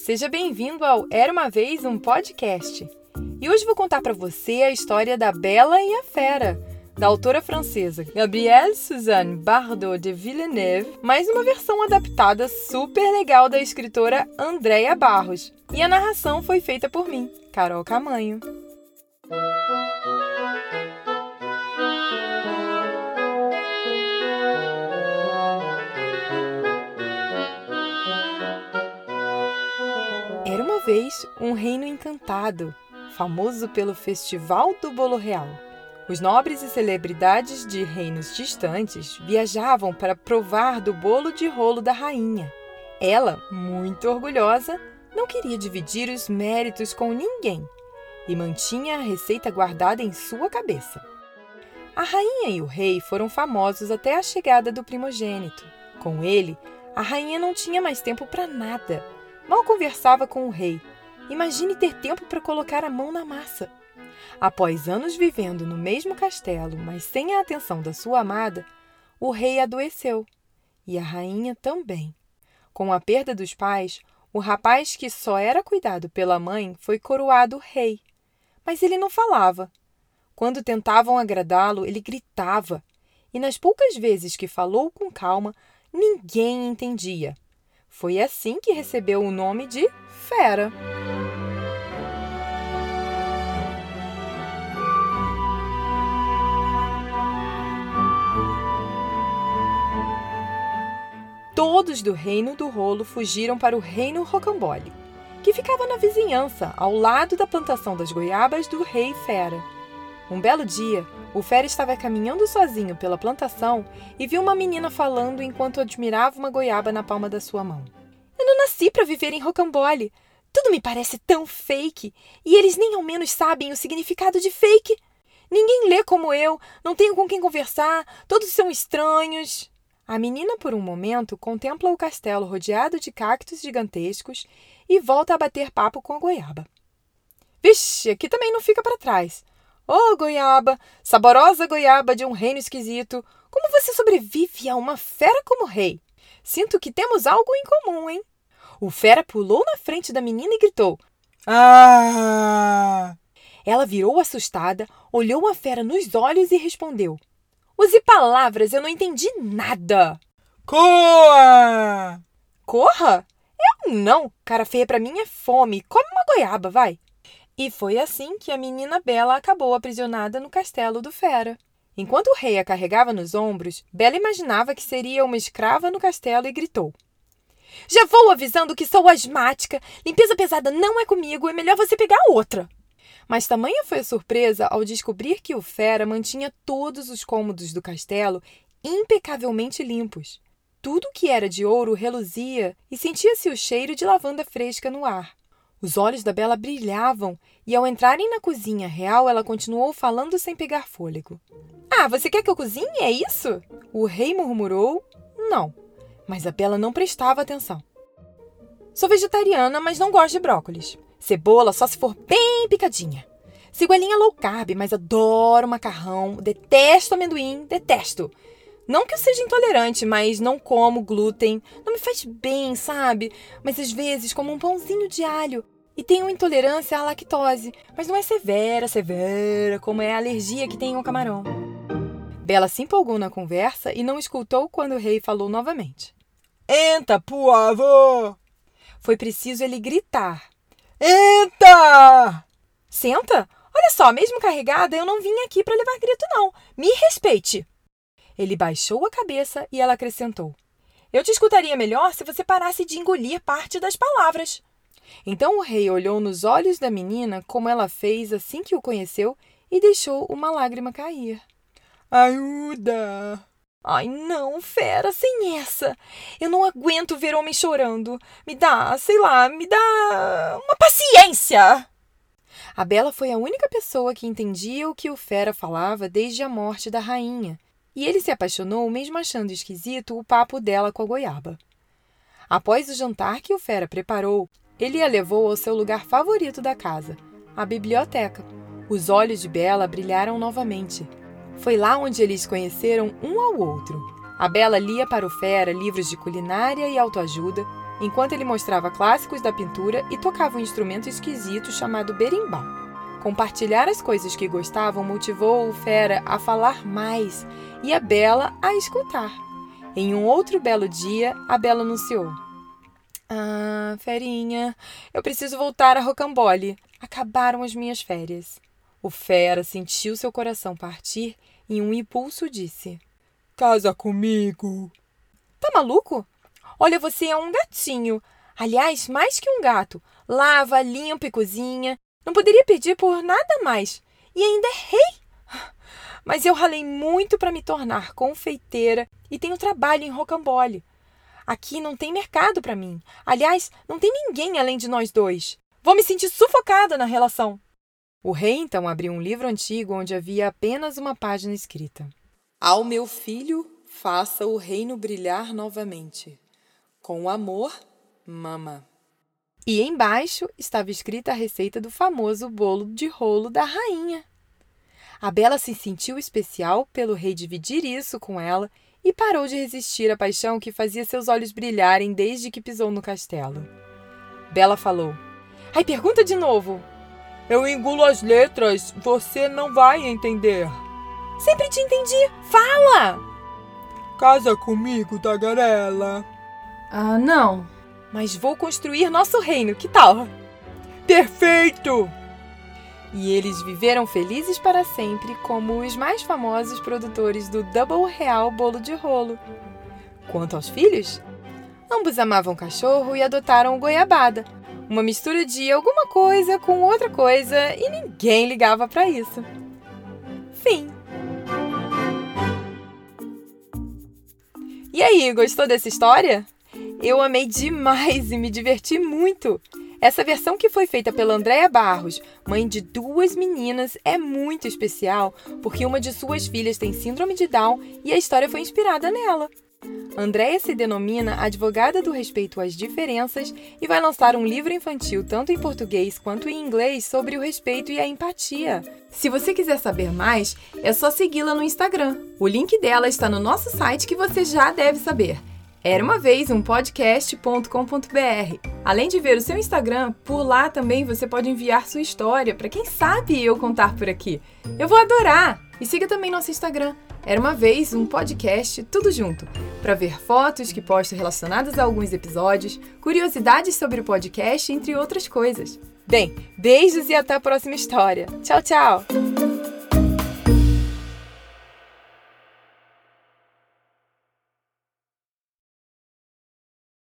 Seja bem-vindo ao Era uma Vez um Podcast. E hoje vou contar para você a história da Bela e a Fera, da autora francesa Gabrielle Suzanne Bardot de Villeneuve, mais uma versão adaptada super legal da escritora Andréa Barros. E a narração foi feita por mim, Carol Camanho. Era uma vez um reino encantado, famoso pelo Festival do Bolo Real. Os nobres e celebridades de reinos distantes viajavam para provar do bolo de rolo da rainha. Ela, muito orgulhosa, não queria dividir os méritos com ninguém e mantinha a receita guardada em sua cabeça. A rainha e o rei foram famosos até a chegada do primogênito. Com ele, a rainha não tinha mais tempo para nada. Mal conversava com o rei. Imagine ter tempo para colocar a mão na massa. Após anos vivendo no mesmo castelo, mas sem a atenção da sua amada, o rei adoeceu. E a rainha também. Com a perda dos pais, o rapaz que só era cuidado pela mãe foi coroado rei. Mas ele não falava. Quando tentavam agradá-lo, ele gritava. E nas poucas vezes que falou com calma, ninguém entendia. Foi assim que recebeu o nome de Fera. Todos do Reino do Rolo fugiram para o Reino Rocambole, que ficava na vizinhança, ao lado da plantação das goiabas do rei Fera. Um belo dia, o Fera estava caminhando sozinho pela plantação e viu uma menina falando enquanto admirava uma goiaba na palma da sua mão. Eu não nasci para viver em Rocambole. Tudo me parece tão fake, e eles nem ao menos sabem o significado de fake. Ninguém lê como eu, não tenho com quem conversar, todos são estranhos. A menina, por um momento, contempla o castelo rodeado de cactos gigantescos e volta a bater papo com a goiaba. Vixe, aqui também não fica para trás. Oh, goiaba, saborosa goiaba de um reino esquisito, como você sobrevive a uma fera como rei? Sinto que temos algo em comum, hein? O Fera pulou na frente da menina e gritou: "Ah!" Ela virou assustada, olhou a Fera nos olhos e respondeu: "Use palavras, eu não entendi nada." "Corra!" "Corra? Eu não. Cara feia pra mim é fome. Come uma goiaba, vai." E foi assim que a menina Bela acabou aprisionada no castelo do Fera. Enquanto o rei a carregava nos ombros, Bela imaginava que seria uma escrava no castelo e gritou: "Já vou avisando que sou asmática. Limpeza pesada não é comigo. É melhor você pegar outra." Mas tamanha foi a surpresa ao descobrir que o Fera mantinha todos os cômodos do castelo impecavelmente limpos. Tudo que era de ouro reluzia e sentia-se o cheiro de lavanda fresca no ar. Os olhos da Bela brilhavam e, ao entrarem na cozinha real, ela continuou falando sem pegar fôlego. "Ah, você quer que eu cozinhe? É isso?" O rei murmurou não, mas a Bela não prestava atenção. "Sou vegetariana, mas não gosto de brócolis. Cebola só se for bem picadinha. Sigo a linha low carb, mas adoro macarrão. Detesto amendoim, detesto. Não que eu seja intolerante, mas não como glúten. Não me faz bem, sabe? Mas às vezes como um pãozinho de alho. E tenho intolerância à lactose, mas não é severa, como é a alergia que tenho ao camarão." Bela se empolgou na conversa e não escutou quando o rei falou novamente: "Entra, por favor." Foi preciso ele gritar: "Entra!" "Senta? Olha só, mesmo carregada, eu não vim aqui para levar grito, não. Me respeite." Ele baixou a cabeça e ela acrescentou: "Eu te escutaria melhor se você parasse de engolir parte das palavras." Então o rei olhou nos olhos da menina como ela fez assim que o conheceu e deixou uma lágrima cair. "Ajuda!" "Ai, não, Fera, sem essa. Eu não aguento ver homem chorando. Me dá uma paciência." A Bela foi a única pessoa que entendia o que o Fera falava desde a morte da rainha, e ele se apaixonou mesmo achando esquisito o papo dela com a goiaba. Após o jantar que o Fera preparou, ele a levou ao seu lugar favorito da casa, a biblioteca. Os olhos de Bela brilharam novamente. Foi lá onde eles conheceram um ao outro. A Bela lia para o Fera livros de culinária e autoajuda, enquanto ele mostrava clássicos da pintura e tocava um instrumento esquisito chamado berimbau. Compartilhar as coisas que gostavam motivou o Fera a falar mais e a Bela a escutar. Em um outro belo dia, a Bela anunciou: "Ah, Ferinha, eu preciso voltar a Rocambole. Acabaram as minhas férias." O Fera sentiu seu coração partir e um impulso disse: "Casa comigo." "Tá maluco? Olha, você é um gatinho. Aliás, mais que um gato. Lava, limpa e cozinha. Não poderia pedir por nada mais. E ainda é rei. Mas eu ralei muito para me tornar confeiteira e tenho trabalho em Rocambole. Aqui não tem mercado para mim. Aliás, não tem ninguém além de nós dois. Vou me sentir sufocada na relação." O rei então abriu um livro antigo onde havia apenas uma página escrita: "Ao meu filho, faça o reino brilhar novamente. Com amor, Mama." E embaixo estava escrita a receita do famoso bolo de rolo da rainha. A Bela se sentiu especial pelo rei dividir isso com ela e parou de resistir à paixão que fazia seus olhos brilharem desde que pisou no castelo. Bela falou: "Ai, pergunta de novo." "Eu engulo as letras, você não vai entender." "Sempre te entendi, fala!" "Casa comigo, tagarela." "Ah, não. Mas vou construir nosso reino, que tal?" "Perfeito!" E eles viveram felizes para sempre como os mais famosos produtores do Double Real bolo de rolo. Quanto aos filhos, ambos amavam cachorro e adotaram o Goiabada, uma mistura de alguma coisa com outra coisa, e ninguém ligava para isso. Fim. E aí, gostou dessa história? Eu amei demais e me diverti muito. Essa versão que foi feita pela Andréia Barros, mãe de 2 meninas, é muito especial porque uma de suas filhas tem síndrome de Down e a história foi inspirada nela. Andréia se denomina advogada do respeito às diferenças e vai lançar um livro infantil tanto em português quanto em inglês sobre o respeito e a empatia. Se você quiser saber mais, é só segui-la no Instagram. O link dela está no nosso site que você já deve saber. Era uma vez um podcast.com.br. Além de ver o seu Instagram, por lá também você pode enviar sua história para quem sabe eu contar por aqui. Eu vou adorar! E siga também nosso Instagram. Era uma vez um podcast, tudo junto, para ver fotos que posto relacionadas a alguns episódios, curiosidades sobre o podcast, entre outras coisas. Bem, beijos e até a próxima história. Tchau, tchau!